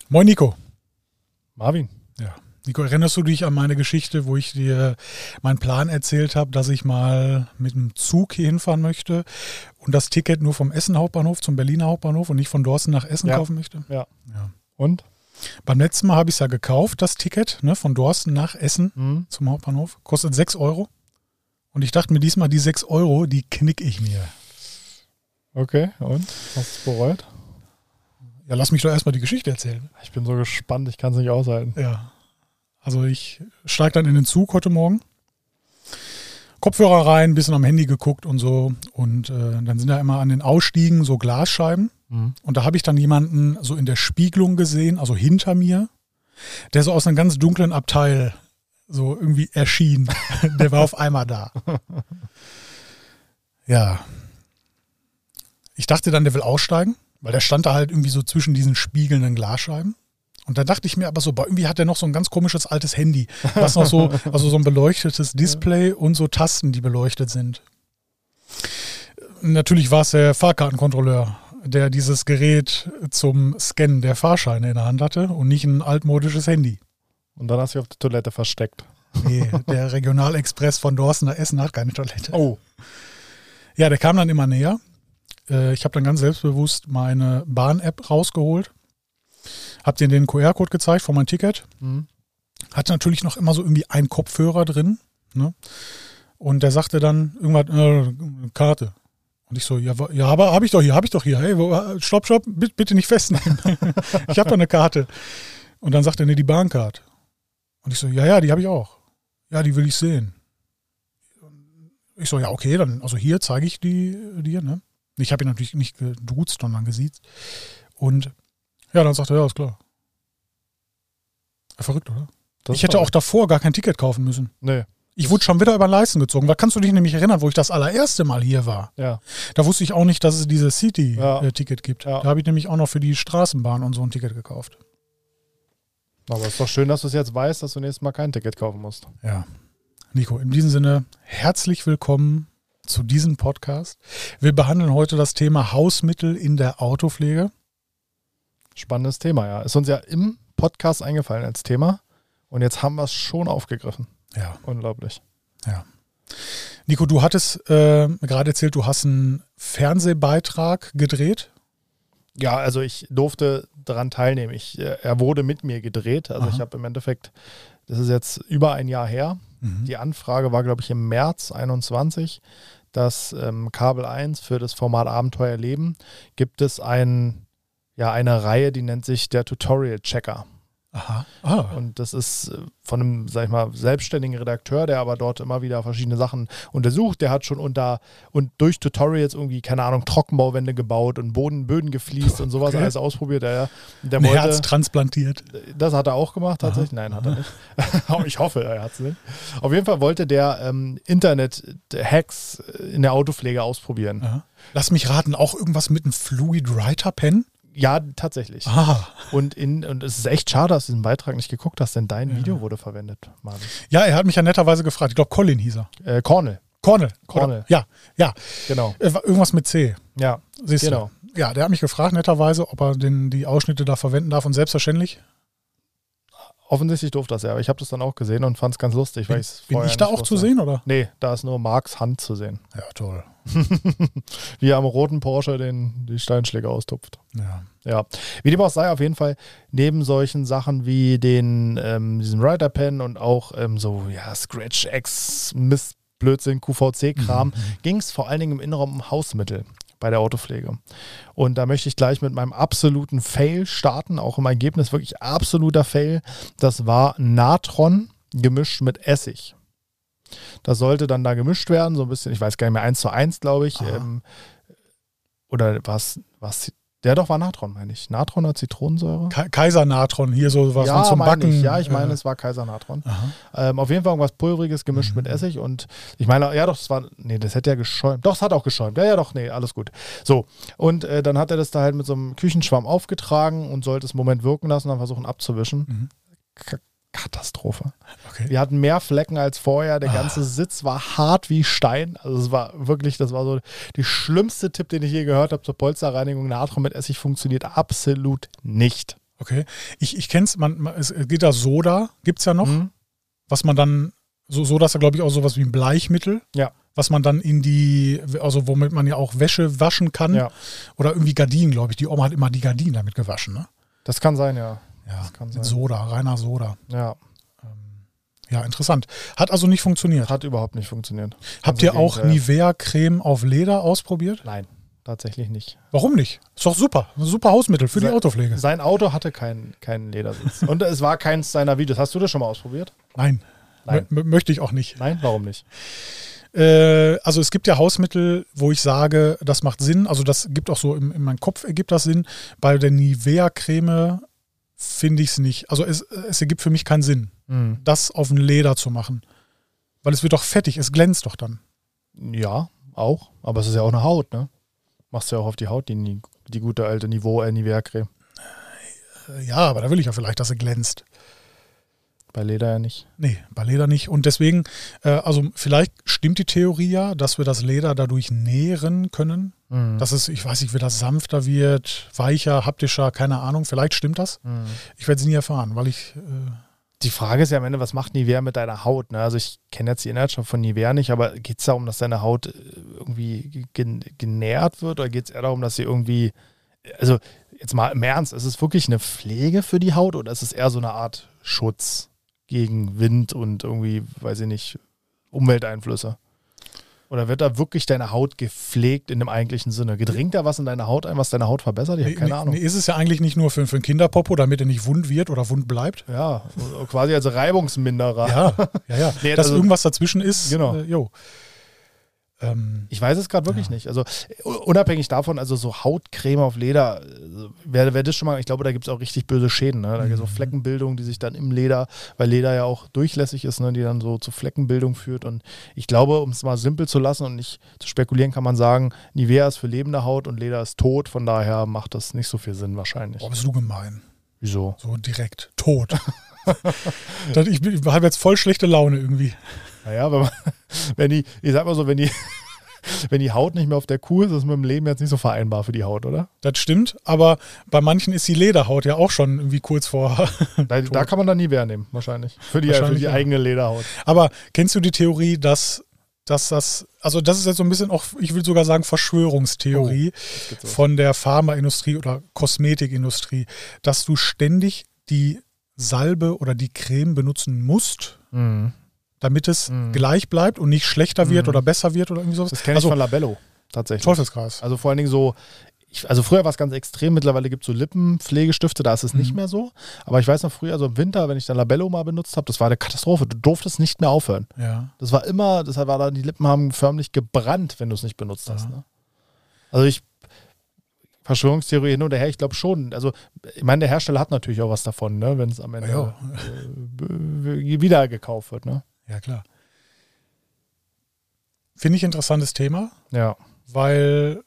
Moin Nico. Marvin. Ja. Nico, erinnerst du dich an meine Geschichte, wo ich dir meinen Plan erzählt habe, dass ich mal mit dem Zug hier hinfahren möchte und das Ticket nur vom Essen Hauptbahnhof zum Berliner Hauptbahnhof und nicht von Dorsten nach Essen kaufen möchte? Ja. Ja. Und? Beim letzten Mal habe ich es ja gekauft, das Ticket, ne, von Dorsten nach Essen zum Hauptbahnhof. Kostet 6 Euro. Und ich dachte mir diesmal, die 6 Euro, die knick ich mir. Okay, und? Hast du es bereut? Ja, lass mich doch erstmal die Geschichte erzählen. Ich bin so gespannt, ich kann es nicht aushalten. Ja. Also ich steige dann in den Zug heute Morgen. Kopfhörer rein, ein bisschen am Handy geguckt und so. Und dann sind da immer an den Ausstiegen so Glasscheiben. Und da habe ich dann jemanden so in der Spiegelung gesehen, also hinter mir, der so aus einem ganz dunklen Abteil so irgendwie erschien. Der war auf einmal da. Ja. Ich dachte dann, der will aussteigen, weil der stand da halt irgendwie so zwischen diesen spiegelnden Glasscheiben. Und da dachte ich mir aber so, irgendwie hat der noch so ein ganz komisches altes Handy, was noch so, also so ein beleuchtetes Display und so Tasten, die beleuchtet sind. Natürlich war es der Fahrkartenkontrolleur, der dieses Gerät zum Scannen der Fahrscheine in der Hand hatte und nicht ein altmodisches Handy. Und dann hast du dich auf der Toilette versteckt. Nee, der Regionalexpress von Dorsten nach Essen hat keine Toilette. Oh. Ja, der kam dann immer näher. Ich habe dann ganz selbstbewusst meine Bahn-App rausgeholt. Hab dir den QR-Code gezeigt von meinem Ticket. Hatte natürlich noch immer so irgendwie einen Kopfhörer drin. Ne? Und der sagte dann irgendwas, Karte. Und ich so, ja, aber habe ich doch hier. Hey, stopp, bitte nicht festnehmen. Ich habe doch eine Karte. Und dann sagt er, nee, die Bahncard. Und ich so, ja, die habe ich auch. Ja, die will ich sehen. Ich so, ja, okay, dann, also hier zeige ich die dir. Ne? Ich habe ihn natürlich nicht geduzt, sondern gesiezt. Und ja, dann sagt er, ja, ist klar. Ja, verrückt, oder? Ich hätte auch davor gar kein Ticket kaufen müssen. Nee. Ich wurde schon wieder über den Leisten gezogen. Da kannst du dich nämlich erinnern, wo ich das allererste Mal hier war. Ja. Da wusste ich auch nicht, dass es dieses City-Ticket gibt. Ja. Da habe ich nämlich auch noch für die Straßenbahn und so ein Ticket gekauft. Aber es ist doch schön, dass du es jetzt weißt, dass du nächstes Mal kein Ticket kaufen musst. Ja. Nico, in diesem Sinne, herzlich willkommen zu diesem Podcast. Wir behandeln heute das Thema Hausmittel in der Autopflege. Spannendes Thema, ja. Ist uns ja im Podcast eingefallen als Thema. Und jetzt haben wir es schon aufgegriffen. Ja. Unglaublich. Ja. Nico, du hattest gerade erzählt, du hast einen Fernsehbeitrag gedreht. Ja, also ich durfte daran teilnehmen. Er wurde mit mir gedreht. Also ich habe im Endeffekt, das ist jetzt über ein Jahr her. Die Anfrage war, glaube ich, im März 21, dass Kabel 1 für das Format Abenteuer Leben gibt es eine Reihe, die nennt sich der Tutorial Checker. Aha. Und das ist von einem, sag ich mal, selbstständigen Redakteur, der aber dort immer wieder verschiedene Sachen untersucht. Der hat schon durch Tutorials irgendwie, keine Ahnung, Trockenbauwände gebaut und Böden gefliest und sowas alles ausprobiert. Der Herz transplantiert. Das hat er auch gemacht tatsächlich. Nein, hat er nicht. Ich hoffe, er hat es nicht. Auf jeden Fall wollte der Internet-Hacks in der Autopflege ausprobieren. Aha. Lass mich raten, auch irgendwas mit einem Fluid Writer Pen? Ja, tatsächlich. Und es ist echt schade, dass du diesen Beitrag nicht geguckt hast, denn dein Video wurde verwendet, Marvin. Ja, er hat mich ja netterweise gefragt. Ich glaube, Colin hieß er. Cornel. Ja. Genau. Irgendwas mit C. Ja, siehst genau. Du? Ja, der hat mich gefragt, netterweise, ob er die Ausschnitte da verwenden darf. Und selbstverständlich. Offensichtlich durfte das ja, aber ich habe das dann auch gesehen und fand es ganz lustig. Bin ich da auch zu sehen, oder? Nee, da ist nur Marks Hand zu sehen. Ja, toll. Wie er am roten Porsche die Steinschläge austupft. Ja. Wie dem auch sei, auf jeden Fall, neben solchen Sachen wie diesem Writer Pen und auch Scratch X, Mist, Blödsinn, QVC-Kram, ging es vor allen Dingen im Innenraum um Hausmittel bei der Autopflege. Und da möchte ich gleich mit meinem absoluten Fail starten, auch im Ergebnis wirklich absoluter Fail. Das war Natron gemischt mit Essig. Das sollte dann da gemischt werden, so ein bisschen, ich weiß gar nicht mehr, 1:1, glaube ich. Oder was? Ja, doch, war Natron, meine ich. Natron oder Zitronensäure? Kaisernatron, hier so was ja, zum Backen. Ich meine, es war Kaisernatron. Auf jeden Fall irgendwas Pulveriges gemischt mit Essig und ich meine, ja doch, das hätte ja geschäumt. Doch, es hat auch geschäumt. Ja, doch, alles gut. So, und dann hat er das da halt mit so einem Küchenschwamm aufgetragen und sollte es einen Moment wirken lassen und dann versuchen abzuwischen. Katastrophe. Okay. Wir hatten mehr Flecken als vorher. Der ganze Sitz war hart wie Stein. Also das war so der schlimmste Tipp, den ich je gehört habe zur Polsterreinigung. Natron mit Essig funktioniert absolut nicht. Okay. Ich kenne es geht da Soda, gibt es ja noch, was man dann, Soda ist ja glaube ich auch sowas wie ein Bleichmittel, was man dann also womit man ja auch Wäsche waschen kann oder irgendwie Gardinen, glaube ich. Die Oma hat immer die Gardinen damit gewaschen, ne? Das kann sein, ja. Ja, das kann mit sein. Soda, reiner Soda. Ja. Ja, interessant. Hat also nicht funktioniert. Hat überhaupt nicht funktioniert. Habt ihr auch Nivea-Creme auf Leder ausprobiert? Nein, tatsächlich nicht. Warum nicht? Ist doch super. Ein super Hausmittel für die Autopflege. Sein Auto hatte keinen Ledersitz. Und es war keins seiner Videos. Hast du das schon mal ausprobiert? Nein. Möchte ich auch nicht. Nein, warum nicht? Also es gibt ja Hausmittel, wo ich sage, das macht Sinn. Also das gibt auch so, in meinem Kopf ergibt das Sinn. Bei der Nivea-Creme finde ich es nicht. Also es ergibt für mich keinen Sinn, das auf ein Leder zu machen. Weil es wird doch fettig, es glänzt doch dann. Ja, auch. Aber es ist ja auch eine Haut, ne? Machst du ja auch auf die Haut die gute alte Nivea-Creme. Ja, aber da will ich ja vielleicht, dass sie glänzt. Bei Leder ja nicht. Nee, bei Leder nicht. Und deswegen, also vielleicht stimmt die Theorie ja, dass wir das Leder dadurch nähren können. Dass es, ich weiß nicht, wie das sanfter wird, weicher, haptischer, keine Ahnung. Vielleicht stimmt das. Ich werde es nie erfahren, weil ich... Die Frage ist ja am Ende, was macht Nivea mit deiner Haut? Ne? Also ich kenne jetzt die Inhaltsstoffe von Nivea nicht, aber geht es darum, dass deine Haut irgendwie genährt wird oder geht es eher darum, dass sie irgendwie, also jetzt mal im Ernst, ist es wirklich eine Pflege für die Haut oder ist es eher so eine Art Schutz gegen Wind und irgendwie, weiß ich nicht, Umwelteinflüsse? Oder wird da wirklich deine Haut gepflegt in dem eigentlichen Sinne? Gedringt da was in deine Haut ein, was deine Haut verbessert? Ich habe keine Ahnung. Nee, ist es ja eigentlich nicht nur für einen Kinderpopo, damit er nicht wund wird oder wund bleibt? Ja, quasi als Reibungsminderer. Ja. Nee, dass irgendwas dazwischen ist. Genau. Ich weiß es gerade wirklich nicht. Also unabhängig davon, also so Hautcreme auf Leder, wer das schon mal, ich glaube, da gibt es auch richtig böse Schäden. Ne? Da gibt es so Fleckenbildung, die sich dann im Leder, weil Leder ja auch durchlässig ist, ne? Die dann so zu Fleckenbildung führt. Und ich glaube, um es mal simpel zu lassen und nicht zu spekulieren, kann man sagen, Nivea ist für lebende Haut und Leder ist tot. Von daher macht das nicht so viel Sinn wahrscheinlich. Boah, bist du gemein. Wieso? So direkt. Tot. Ich habe jetzt voll schlechte Laune irgendwie. Naja, wenn die Haut nicht mehr auf der Kuh ist, ist mit dem Leben jetzt nicht so vereinbar für die Haut, oder? Das stimmt, aber bei manchen ist die Lederhaut ja auch schon irgendwie kurz vor. Da kann man dann Nivea nehmen, wahrscheinlich. Für die eigene Lederhaut. Aber kennst du die Theorie, dass das ist jetzt so ein bisschen auch, ich will sogar sagen, Verschwörungstheorie von der Pharmaindustrie oder Kosmetikindustrie, dass du ständig die Salbe oder die Creme benutzen musst, damit es gleich bleibt und nicht schlechter wird oder besser wird oder irgendwie sowas. Das kenne ich von Labello tatsächlich. Teufelskreis. Also vor allen Dingen so, also früher war es ganz extrem, mittlerweile gibt es so Lippenpflegestifte, da ist es nicht mehr so. Aber ich weiß noch früher, also im Winter, wenn ich dann Labello mal benutzt habe, das war eine Katastrophe. Du durftest nicht mehr aufhören. Ja. Das war immer, deshalb war da, die Lippen haben förmlich gebrannt, wenn du es nicht benutzt hast. Ne? Also Verschwörungstheorie hin und her, ich glaube schon. Also, ich meine, der Hersteller hat natürlich auch was davon, ne, wenn es am Ende wieder gekauft wird. Ne? Ja, klar. Finde ich interessantes Thema. Ja. Weil,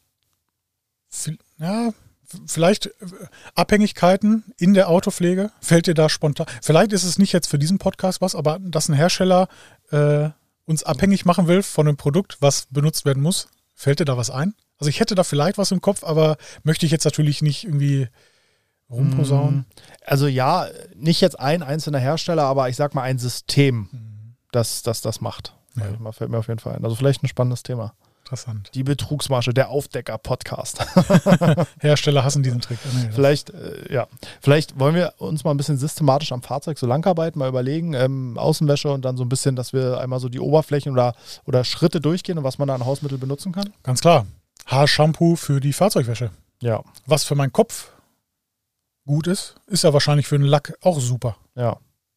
vielleicht Abhängigkeiten in der Autopflege, fällt dir da spontan. Vielleicht ist es nicht jetzt für diesen Podcast was, aber dass ein Hersteller uns abhängig machen will von einem Produkt, was benutzt werden muss, fällt dir da was ein? Also ich hätte da vielleicht was im Kopf, aber möchte ich jetzt natürlich nicht irgendwie rumposaunen. Also ja, nicht jetzt ein einzelner Hersteller, aber ich sag mal ein System, das macht. Ja. Fällt mir auf jeden Fall ein. Also vielleicht ein spannendes Thema. Interessant. Die Betrugsmasche, der Aufdecker-Podcast. Hersteller hassen diesen Trick. Nee, Vielleicht wollen wir uns mal ein bisschen systematisch am Fahrzeug so langarbeiten, mal überlegen, Außenwäsche und dann so ein bisschen, dass wir einmal so die Oberflächen oder Schritte durchgehen und was man da an Hausmittel benutzen kann. Ganz klar. Haarshampoo für die Fahrzeugwäsche. Ja. Was für meinen Kopf gut ist ja wahrscheinlich für den Lack auch super. Ja.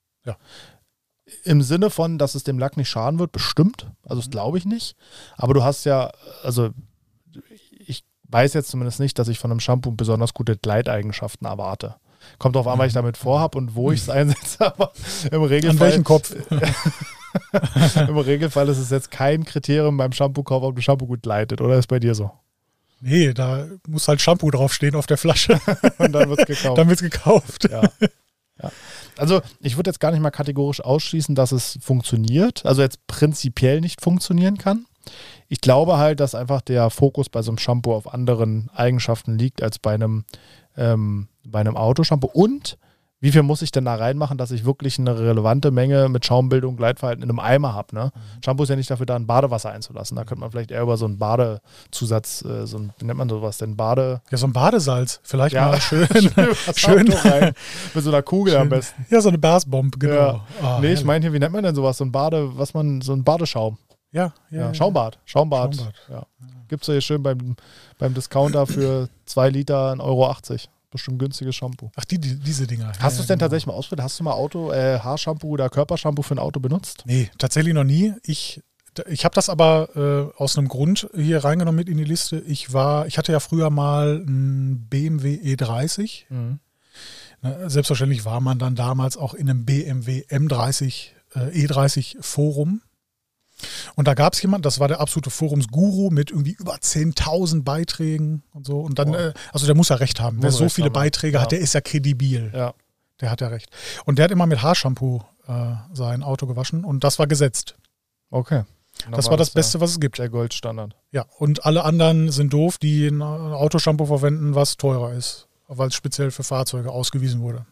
Im Sinne von, dass es dem Lack nicht schaden wird, bestimmt. Also das glaube ich nicht. Aber du hast ja, also ich weiß jetzt zumindest nicht, dass ich von einem Shampoo besonders gute Gleiteigenschaften erwarte. Kommt drauf an, was ich damit vorhabe und wo ich es einsetze, aber im Regelfall. An welchem Kopf? Im Regelfall ist es jetzt kein Kriterium beim Shampoo-Kauf, ob das Shampoo gut gleitet, oder ist bei dir so? Nee, da muss halt Shampoo draufstehen auf der Flasche. Und dann wird es gekauft. Dann wird es gekauft. Ja. Also ich würde jetzt gar nicht mal kategorisch ausschließen, dass es funktioniert, also jetzt prinzipiell nicht funktionieren kann. Ich glaube halt, dass einfach der Fokus bei so einem Shampoo auf anderen Eigenschaften liegt als bei einem bei einem Autoshampoo und wie viel muss ich denn da reinmachen, dass ich wirklich eine relevante Menge mit Schaumbildung, Gleitverhalten in einem Eimer habe. Ne? Shampoo ist ja nicht dafür da, ein Badewasser einzulassen. Da könnte man vielleicht eher über so einen Badezusatz, wie nennt man sowas denn? Ja, so ein Badesalz. Vielleicht Ja. mal schön. schön rein. Mit so einer Kugel schön. Am besten. Ja, so eine Bassbombe, genau. Ja. Ah, Nee, ich herrlich. meine hier, wie nennt man denn sowas? So ein Badeschaum. Ja. Schaumbad. Schaumbad. Ja. Gibt es ja hier schön beim Discounter für 2 Liter 1,80 Euro. Bestimmt günstiges Shampoo. Ach, diese Dinger. Hast du es denn genau. tatsächlich mal ausprobiert? Hast du mal Haarshampoo oder Körpershampoo für ein Auto benutzt? Nee, tatsächlich noch nie. Ich habe das aber aus einem Grund hier reingenommen mit in die Liste. Ich hatte ja früher mal einen BMW E30. Mhm. Selbstverständlich war man dann damals auch in einem BMW M30, E30 Forum. Und da gab es jemanden, das war der absolute Forumsguru mit irgendwie über 10.000 Beiträgen und so. Und dann, also der muss ja recht haben. Wer so viele Beiträge hat, der ist ja kredibil. Ja. Der hat ja recht. Und der hat immer mit Haarshampoo sein Auto gewaschen und das war gesetzt. Okay. Das war das Beste, was es gibt. Der Goldstandard. Ja, und alle anderen sind doof, die ein Autoshampoo verwenden, was teurer ist, weil es speziell für Fahrzeuge ausgewiesen wurde.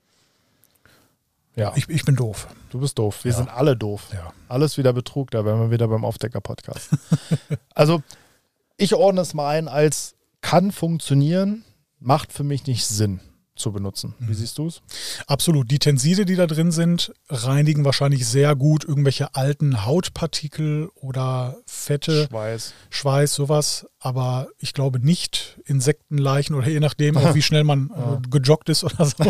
Ja. Ich bin doof. Du bist doof. Wir Ja. sind alle doof. Ja. Alles wieder Betrug, da wären wir wieder beim Aufdecker-Podcast. Also, ich ordne es mal ein als kann funktionieren, macht für mich nicht Sinn zu benutzen. Wie siehst du es? Absolut. Die Tenside, die da drin sind, reinigen wahrscheinlich sehr gut irgendwelche alten Hautpartikel oder Fette, Schweiß, sowas. Aber ich glaube nicht Insektenleichen oder je nachdem, auch wie schnell man gejoggt ist oder so.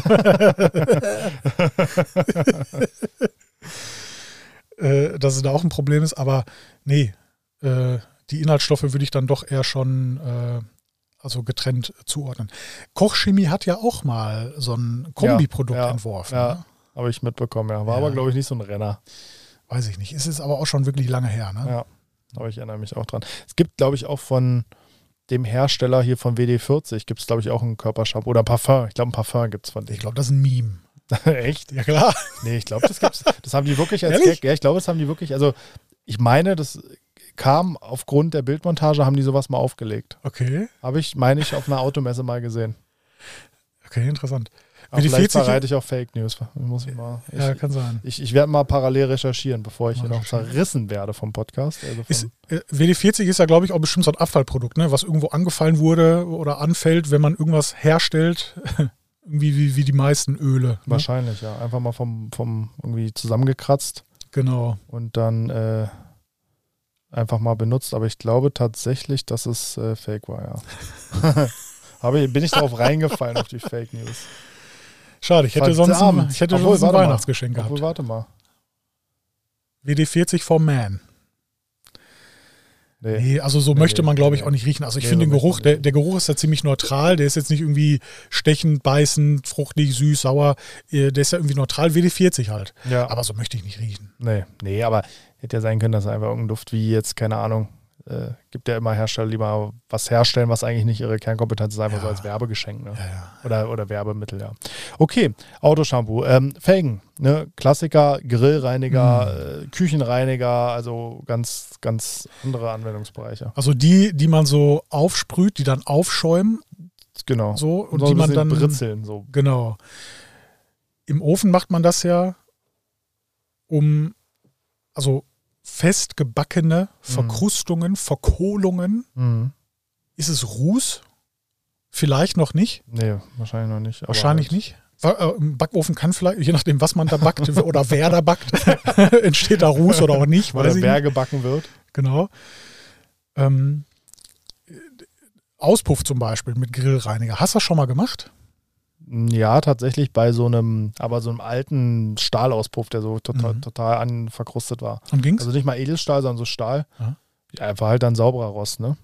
Dass es da auch ein Problem ist. Aber nee, die Inhaltsstoffe würde ich dann doch eher schon also getrennt zuordnen. Kochchemie hat ja auch mal so ein Kombiprodukt entworfen. Ja, ne? habe ich mitbekommen, ja. War aber, glaube ich, nicht so ein Renner. Weiß ich nicht. Ist es aber auch schon wirklich lange her, ne? Ja, aber ich erinnere mich auch dran. Es gibt, glaube ich, auch von dem Hersteller hier von WD-40 gibt es, glaube ich, auch ein Körpershampoo oder Parfum. Ich glaube, ein Parfum gibt es von dem. Ich glaube, das ist ein Meme. Echt? Ja, klar. Nee, ich glaube, das gibt's. Das haben die wirklich als Ehrlich? Gag. Ja, ich glaube, das haben die wirklich. Also, ich meine, das kam aufgrund der Bildmontage, haben die sowas mal aufgelegt. Okay. Meine ich, auf einer Automesse mal gesehen. Okay, interessant. Aber vielleicht WD-40 verreite ich auch Fake News. Ja, kann sein. Ich werde mal parallel recherchieren, bevor ich hier noch zerrissen werde vom Podcast. Also WD-40 ist ja, glaube ich, auch bestimmt so ein Abfallprodukt, ne? Was irgendwo angefallen wurde oder anfällt, wenn man irgendwas herstellt. Irgendwie wie die meisten Öle. Ne? Wahrscheinlich, ja. Einfach mal vom irgendwie zusammengekratzt. Genau. Und dann einfach mal benutzt. Aber ich glaube tatsächlich, dass es Fake war, ja. Bin ich darauf reingefallen, auf die Fake News. Schade, ich hätte sonst ein Weihnachtsgeschenk gehabt. Warte mal. WD-40 for Man. Nee, also so möchte man, glaube ich, auch nicht riechen. Also ich finde den Geruch, der Geruch ist ja ziemlich neutral. Der ist jetzt nicht irgendwie stechend, beißend, fruchtig, süß, sauer. Der ist ja irgendwie neutral, WD-40 halt. Ja. Aber so möchte ich nicht riechen. Nee, aber hätte ja sein können, dass einfach irgendein Duft wie jetzt, keine Ahnung, gibt ja immer Hersteller, die mal was herstellen, was eigentlich nicht ihre Kernkompetenz ist, einfach so als Werbegeschenk. Ne? Ja. Oder Werbemittel, ja. Okay, Autoshampoo. Felgen, ne? Klassiker, Grillreiniger, Küchenreiniger, also ganz, ganz andere Anwendungsbereiche. Also die man so aufsprüht, die dann aufschäumen. Genau. So, und so die man dann britzeln. So. Genau. Im Ofen macht man das ja, also festgebackene Verkrustungen, Verkohlungen. Ist es Ruß? Vielleicht noch nicht. Nee, wahrscheinlich noch nicht. Wahrscheinlich nicht. Im Backofen kann vielleicht, je nachdem, was man da backt oder wer da backt, entsteht da Ruß oder auch nicht. Oder wer gebacken wird. Genau. Auspuff zum Beispiel mit Grillreiniger. Hast du das schon mal gemacht? Ja, tatsächlich bei so einem alten Stahlauspuff, der so total verkrustet war. Und ging's? Also nicht mal Edelstahl, sondern so Stahl. Ja, einfach halt dann sauberer Rost, ne?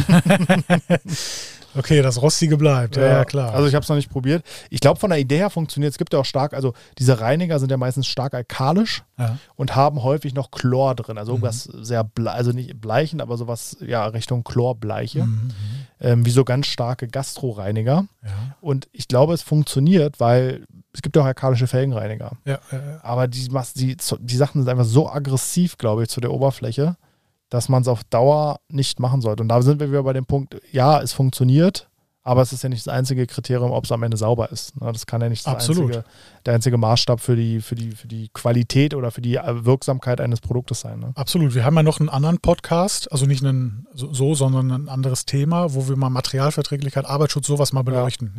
Okay, das Rostige bleibt, ja klar. Also ich habe es noch nicht probiert. Ich glaube, von der Idee her funktioniert es. Es gibt ja auch also diese Reiniger sind ja meistens stark alkalisch und haben häufig noch Chlor drin. Also irgendwas sehr, also nicht bleichend, aber sowas, ja, Richtung Chlorbleiche. Wie so ganz starke Gastroreiniger. Ja. Und ich glaube, es funktioniert, weil es gibt ja auch alkalische Felgenreiniger. Ja. Aber die Sachen sind einfach so aggressiv, glaube ich, zu der Oberfläche, dass man es auf Dauer nicht machen sollte. Und da sind wir wieder bei dem Punkt, ja, es funktioniert, Aber es ist ja nicht das einzige Kriterium, ob es am Ende sauber ist. Das kann ja nicht Absolut. der einzige Maßstab für die Qualität oder für die Wirksamkeit eines Produktes sein. Ne? Absolut. Wir haben ja noch einen anderen Podcast, also nicht sondern ein anderes Thema, wo wir mal Materialverträglichkeit, Arbeitsschutz, sowas mal beleuchten.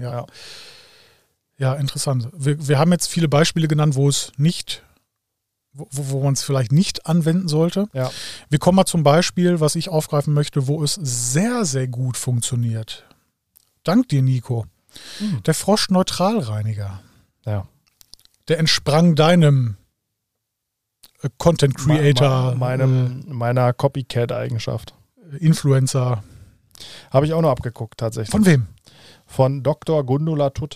Ja, interessant. Wir haben jetzt viele Beispiele genannt, wo es nicht, wo man es vielleicht nicht anwenden sollte. Ja. Wir kommen mal zum Beispiel, was ich aufgreifen möchte, wo es sehr, sehr gut funktioniert. Dank dir, Nico. Der Frosch-Neutralreiniger. Ja. Der entsprang deinem Content Creator, meiner Copycat-Eigenschaft. Influencer. Habe ich auch noch abgeguckt, tatsächlich. Von wem? Von Dr. Gundula Tutt.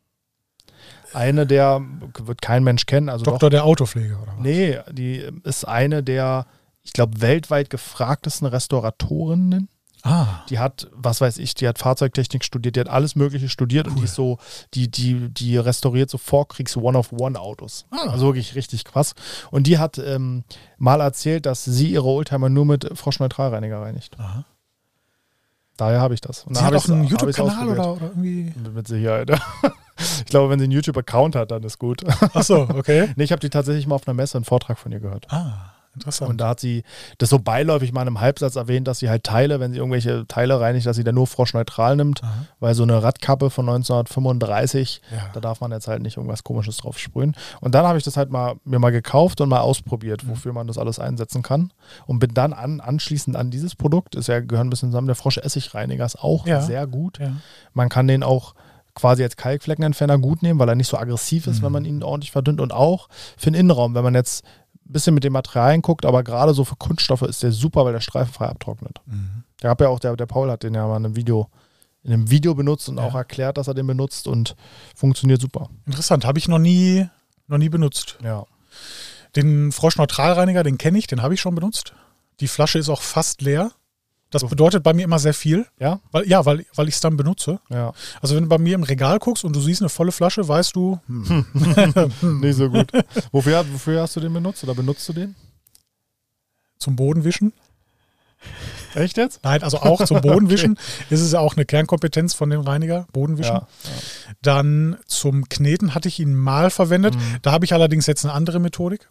Eine der, wird kein Mensch kennen. Also Doktor der Autopflege, oder was? Nee, die ist eine der, ich glaube, weltweit gefragtesten Restauratorinnen. Die hat, was weiß ich, die hat Fahrzeugtechnik studiert, die hat alles Mögliche studiert. Cool. Und die ist so, die restauriert so Vorkriegs-One-of-One-Autos. Also wirklich richtig krass. Und die hat mal erzählt, dass sie ihre Oldtimer nur mit Froschneutralreiniger reinigt. Aha. Daher habe ich das. Und sie hat auch einen YouTube-Kanal oder irgendwie? Mit Sicherheit. Ich glaube, wenn sie einen YouTube-Account hat, dann ist gut. Ach so, okay. Nee, ich habe die tatsächlich mal auf einer Messe einen Vortrag von ihr gehört. Interessant. Und da hat sie das so beiläufig mal in einem Halbsatz erwähnt, dass sie halt Teile, wenn sie irgendwelche Teile reinigt, dass sie dann nur froschneutral nimmt, weil so eine Radkappe von 1935, da darf man jetzt halt nicht irgendwas Komisches drauf sprühen. Und dann habe ich das halt mir mal gekauft und mal ausprobiert, wofür man das alles einsetzen kann. Und bin dann anschließend an dieses Produkt, gehören ein bisschen zusammen, der Frosch-Essigreiniger ist auch sehr gut. Ja. Man kann den auch quasi als Kalkfleckenentferner gut nehmen, weil er nicht so aggressiv ist, wenn man ihn ordentlich verdünnt. Und auch für den Innenraum, wenn man jetzt ein bisschen mit den Materialien guckt, aber gerade so für Kunststoffe ist der super, weil der streifenfrei abtrocknet. Der hat ja auch, der Paul hat den ja mal in einem Video benutzt und auch erklärt, dass er den benutzt und funktioniert super. Interessant, habe ich noch nie benutzt. Ja. Den Frosch-Neutralreiniger, den kenne ich, den habe ich schon benutzt. Die Flasche ist auch fast leer. Das bedeutet bei mir immer sehr viel, weil ich es dann benutze. Ja. Also wenn du bei mir im Regal guckst und du siehst eine volle Flasche, weißt du, nicht so gut. Wofür hast du den benutzt oder benutzt du den? Zum Bodenwischen. Echt jetzt? Nein, also auch zum Bodenwischen. Ist es ja auch eine Kernkompetenz von dem Reiniger, Bodenwischen. Ja. Dann zum Kneten hatte ich ihn mal verwendet. Da habe ich allerdings jetzt eine andere Methodik.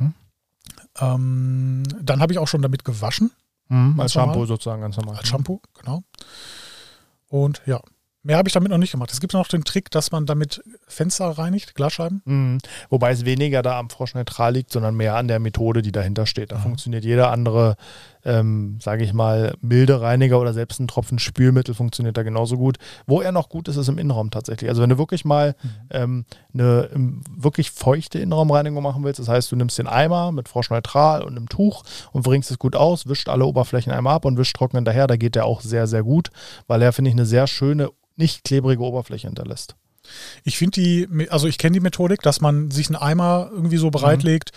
Dann habe ich auch schon damit gewaschen. Als Shampoo sozusagen, ganz normal. Als Shampoo, genau. Und ja, mehr habe ich damit noch nicht gemacht. Es gibt noch den Trick, dass man damit Fenster reinigt, Glasscheiben. Wobei es weniger da am Froschneutral liegt, sondern mehr an der Methode, die dahinter steht. Da funktioniert jeder andere, sage ich mal, milde Reiniger oder selbst ein Tropfen Spülmittel funktioniert da genauso gut. Wo er noch gut ist, ist im Innenraum tatsächlich. Also wenn du wirklich mal eine wirklich feuchte Innenraumreinigung machen willst, das heißt, du nimmst den Eimer mit Froschneutral und einem Tuch und bringst es gut aus, wischt alle Oberflächen einmal ab und wischt trocken hinterher. Da geht der auch sehr, sehr gut, weil er, finde ich, eine sehr schöne, nicht klebrige Oberfläche hinterlässt. Ich finde ich kenne die Methodik, dass man sich einen Eimer irgendwie so bereitlegt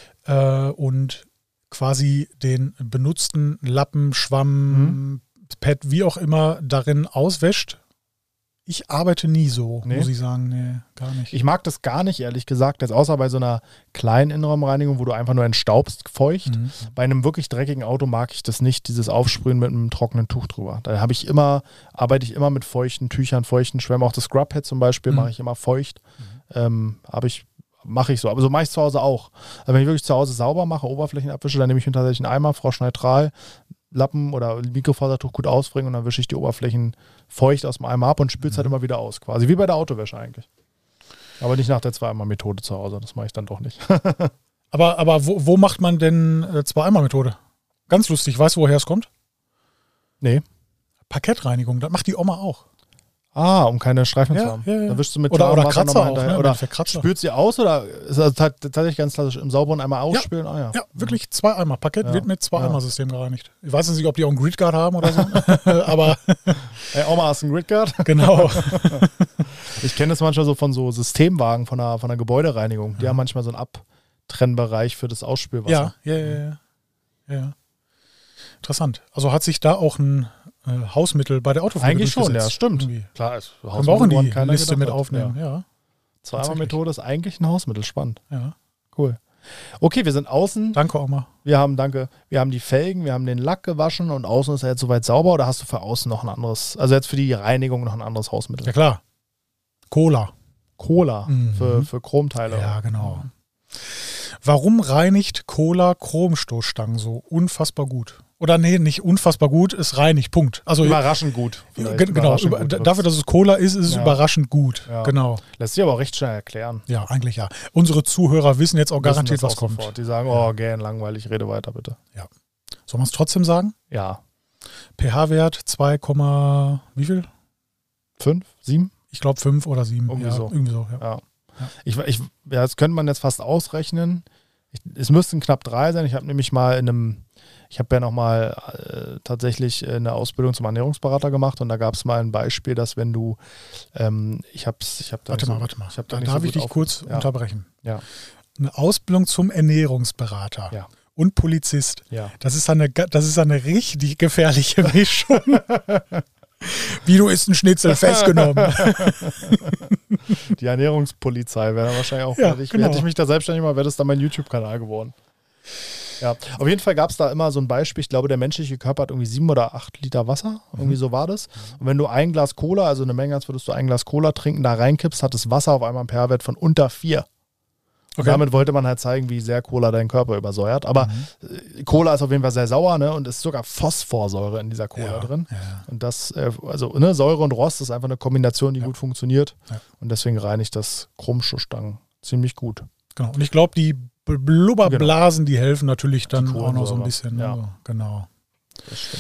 und quasi den benutzten Lappen, Schwamm, Pad, wie auch immer, darin auswäscht. Ich arbeite nie so, muss ich sagen. Nee, gar nicht. Ich mag das gar nicht, ehrlich gesagt. Jetzt außer bei so einer kleinen Innenraumreinigung, wo du einfach nur entstaubst, feucht. Bei einem wirklich dreckigen Auto mag ich das nicht, dieses Aufsprühen mit einem trockenen Tuch drüber. Da arbeite ich immer mit feuchten Tüchern, feuchten Schwämmen. Auch das Scrubhead zum Beispiel mache ich immer feucht. Mache ich so. Aber so mache ich es zu Hause auch. Also wenn ich wirklich zu Hause sauber mache, Oberflächen abwische, dann nehme ich mir tatsächlich einen Eimer, froschneutral, Lappen oder Mikrofasertuch gut ausbringen und dann wische ich die Oberflächen feucht aus dem Eimer ab und spüle es halt immer wieder aus. Quasi wie bei der Autowäsche eigentlich. Aber nicht nach der Zwei-Eimer-Methode zu Hause. Das mache ich dann doch nicht. aber wo macht man denn Zwei-Eimer-Methode? Ganz lustig. Weißt du, woher es kommt? Nee. Parkettreinigung. Das macht die Oma auch. Um keine Streifen zu haben. Ja. Da wischst du mit oder Kratzer auch, ne? Oder spült sie aus oder ist das tatsächlich ganz klassisch im sauberen Eimer ausspülen? Ja, wirklich 2 Eimer. Parkett wird mit 2 Eimer-System gereinigt. Ich weiß nicht, ob die auch einen Gridguard haben oder so. Aber hey, Oma, hast du einen Gridguard? Genau. Ich kenne das manchmal so von so Systemwagen von einer Gebäudereinigung. Die haben manchmal so einen Abtrennbereich für das Ausspülwasser. Ja. Interessant. Also hat sich da auch ein Hausmittel bei der Autopflege eigentlich schon, durchgesetzt. Ja, stimmt. Irgendwie. Klar, ist können wir auch in die Liste mit aufnehmen. Ja. Zwei-Eimer-Methode ist eigentlich ein Hausmittel, spannend. Ja. Cool. Okay, wir sind außen. Danke, Oma. Wir haben die Felgen, wir haben den Lack gewaschen und außen ist er jetzt soweit sauber oder hast du für außen noch ein anderes, also jetzt für die Reinigung noch ein anderes Hausmittel? Ja klar. Cola. Cola für Chromteile. Ja, genau. Warum reinigt Cola Chromstoßstangen so unfassbar gut? Oder nee, nicht unfassbar gut, es reinigt, Punkt. Also überraschend gut. Genau, Überraschend gut dafür, dass es Cola ist es überraschend gut. Ja. Genau. Lässt sich aber auch recht schnell erklären. Ja, eigentlich ja. Unsere Zuhörer wissen jetzt auch garantiert, was kommt. Sofort. Die sagen, oh, gern, langweilig, rede weiter bitte. Ja. Soll man es trotzdem sagen? Ja. pH-Wert 2, wie viel? 5, 7? Ich glaube 5 oder 7. Irgendwie so. Irgendwie so, ja. Das könnte man jetzt fast ausrechnen. Es müssten knapp 3 sein. Ich habe nämlich mal ich habe ja nochmal tatsächlich eine Ausbildung zum Ernährungsberater gemacht und da gab es mal ein Beispiel, dass wenn du, Warte mal. Darf ich dich kurz unterbrechen? Ja. Eine Ausbildung zum Ernährungsberater und Polizist. Ja. Das ist eine richtig gefährliche Mischung. Wie, du isst einen Schnitzel festgenommen. Die Ernährungspolizei wäre dann wahrscheinlich auch fertig. Genau. Hätte ich mich da selbstständig mal, wäre das dann mein YouTube-Kanal geworden. Ja, auf jeden Fall gab es da immer so ein Beispiel, ich glaube, der menschliche Körper hat irgendwie 7 oder 8 Liter Wasser, irgendwie so war das. Und wenn du ein Glas Cola, also eine Menge, als würdest du ein Glas Cola trinken, da reinkippst, hat das Wasser auf einmal einen pH-Wert von unter 4. Und damit wollte man halt zeigen, wie sehr Cola deinen Körper übersäuert. Aber Cola ist auf jeden Fall sehr sauer, ne? Und ist sogar Phosphorsäure in dieser Cola drin. Ja. Und das, Säure und Rost ist einfach eine Kombination, die gut funktioniert. Ja. Und deswegen reinigt das Chromstoßstangen ziemlich gut. Genau. Und ich glaube, die Blubberblasen, die helfen natürlich dann auch noch so ein bisschen. Ja. Also, genau. Das stimmt.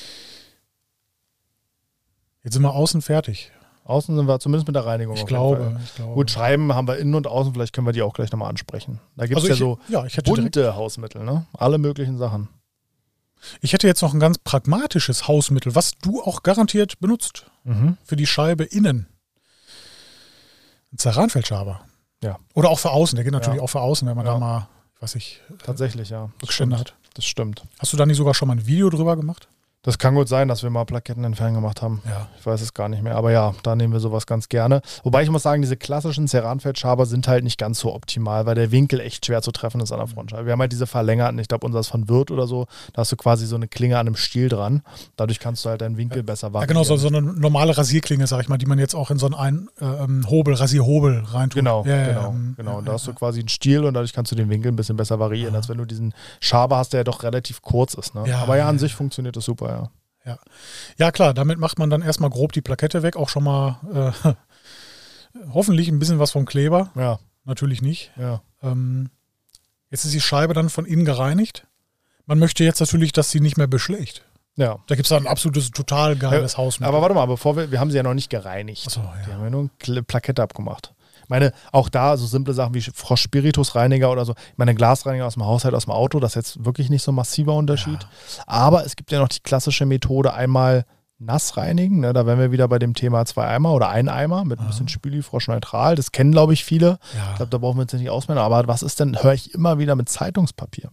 Jetzt sind wir außen fertig. Außen sind wir zumindest mit der Reinigung. Ich glaube. Gut, Scheiben haben wir innen und außen, vielleicht können wir die auch gleich nochmal ansprechen. Da gibt es bunte Hausmittel, ne? Alle möglichen Sachen. Ich hätte jetzt noch ein ganz pragmatisches Hausmittel, was du auch garantiert benutzt für die Scheibe innen. Ein Ceranfeldschaber. Ja. Oder auch für außen, der geht natürlich auch für außen, wenn man da mal, tatsächlich, Rückstände hat. Das stimmt. Hast du da nicht sogar schon mal ein Video drüber gemacht? Das kann gut sein, dass wir mal Plaketten entfernen gemacht haben. Ja. Ich weiß es gar nicht mehr. Aber ja, da nehmen wir sowas ganz gerne. Wobei ich muss sagen, diese klassischen Ceranfeldschaber sind halt nicht ganz so optimal, weil der Winkel echt schwer zu treffen ist an der Frontscheibe. Wir haben halt diese verlängerten, ich glaube, unser ist von Wirth oder so. Da hast du quasi so eine Klinge an einem Stiel dran. Dadurch kannst du halt deinen Winkel besser variieren. Ja, genau, so eine normale Rasierklinge, sag ich mal, die man jetzt auch in so einen Rasierhobel reintut. Genau. Und da hast du quasi einen Stiel und dadurch kannst du den Winkel ein bisschen besser variieren, als wenn du diesen Schaber hast, der ja doch relativ kurz ist. Ne? Ja, aber an sich funktioniert das super, ja. Ja, klar, damit macht man dann erstmal grob die Plakette weg, auch schon mal hoffentlich ein bisschen was vom Kleber. Ja. Natürlich nicht. Ja. Jetzt ist die Scheibe dann von innen gereinigt. Man möchte jetzt natürlich, dass sie nicht mehr beschlägt. Ja. Da gibt es dann ein absolutes, total geiles Hausmittel. Aber warte mal, wir haben sie ja noch nicht gereinigt. Ach so, ja. Wir haben ja nur eine Plakette abgemacht. Ich meine, auch da so simple Sachen wie Frosch Spiritusreiniger oder so. Ich meine, Glasreiniger aus dem Haushalt, aus dem Auto, das ist jetzt wirklich nicht so ein massiver Unterschied. Ja. Aber es gibt ja noch die klassische Methode, einmal nass reinigen. Ne? Da wären wir wieder bei dem Thema 2 Eimer oder 1 Eimer mit ein bisschen Spüli, froschneutral. Das kennen, glaube ich, viele. Ja. Ich glaube, da brauchen wir uns nicht ausmelden. Aber was ist denn, höre ich immer wieder mit Zeitungspapier?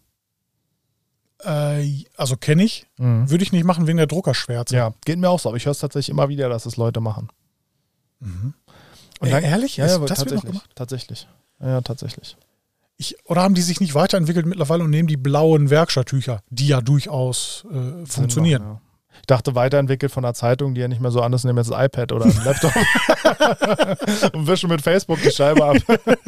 Also kenne ich. Würde ich nicht machen wegen der Druckerschwärze. Ja, geht mir auch so. Aber ich höre es tatsächlich immer wieder, dass es Leute machen. Und dann, ehrlich? Ja, das wird noch gemacht? Tatsächlich. Ja, tatsächlich. Oder haben die sich nicht weiterentwickelt mittlerweile und nehmen die blauen Werkstatttücher, die ja durchaus funktionieren? Machen, ja. Ich dachte, weiterentwickelt von der Zeitung, die ja nicht mehr so anders nehmen als das iPad oder ein Laptop und wischen mit Facebook die Scheibe ab.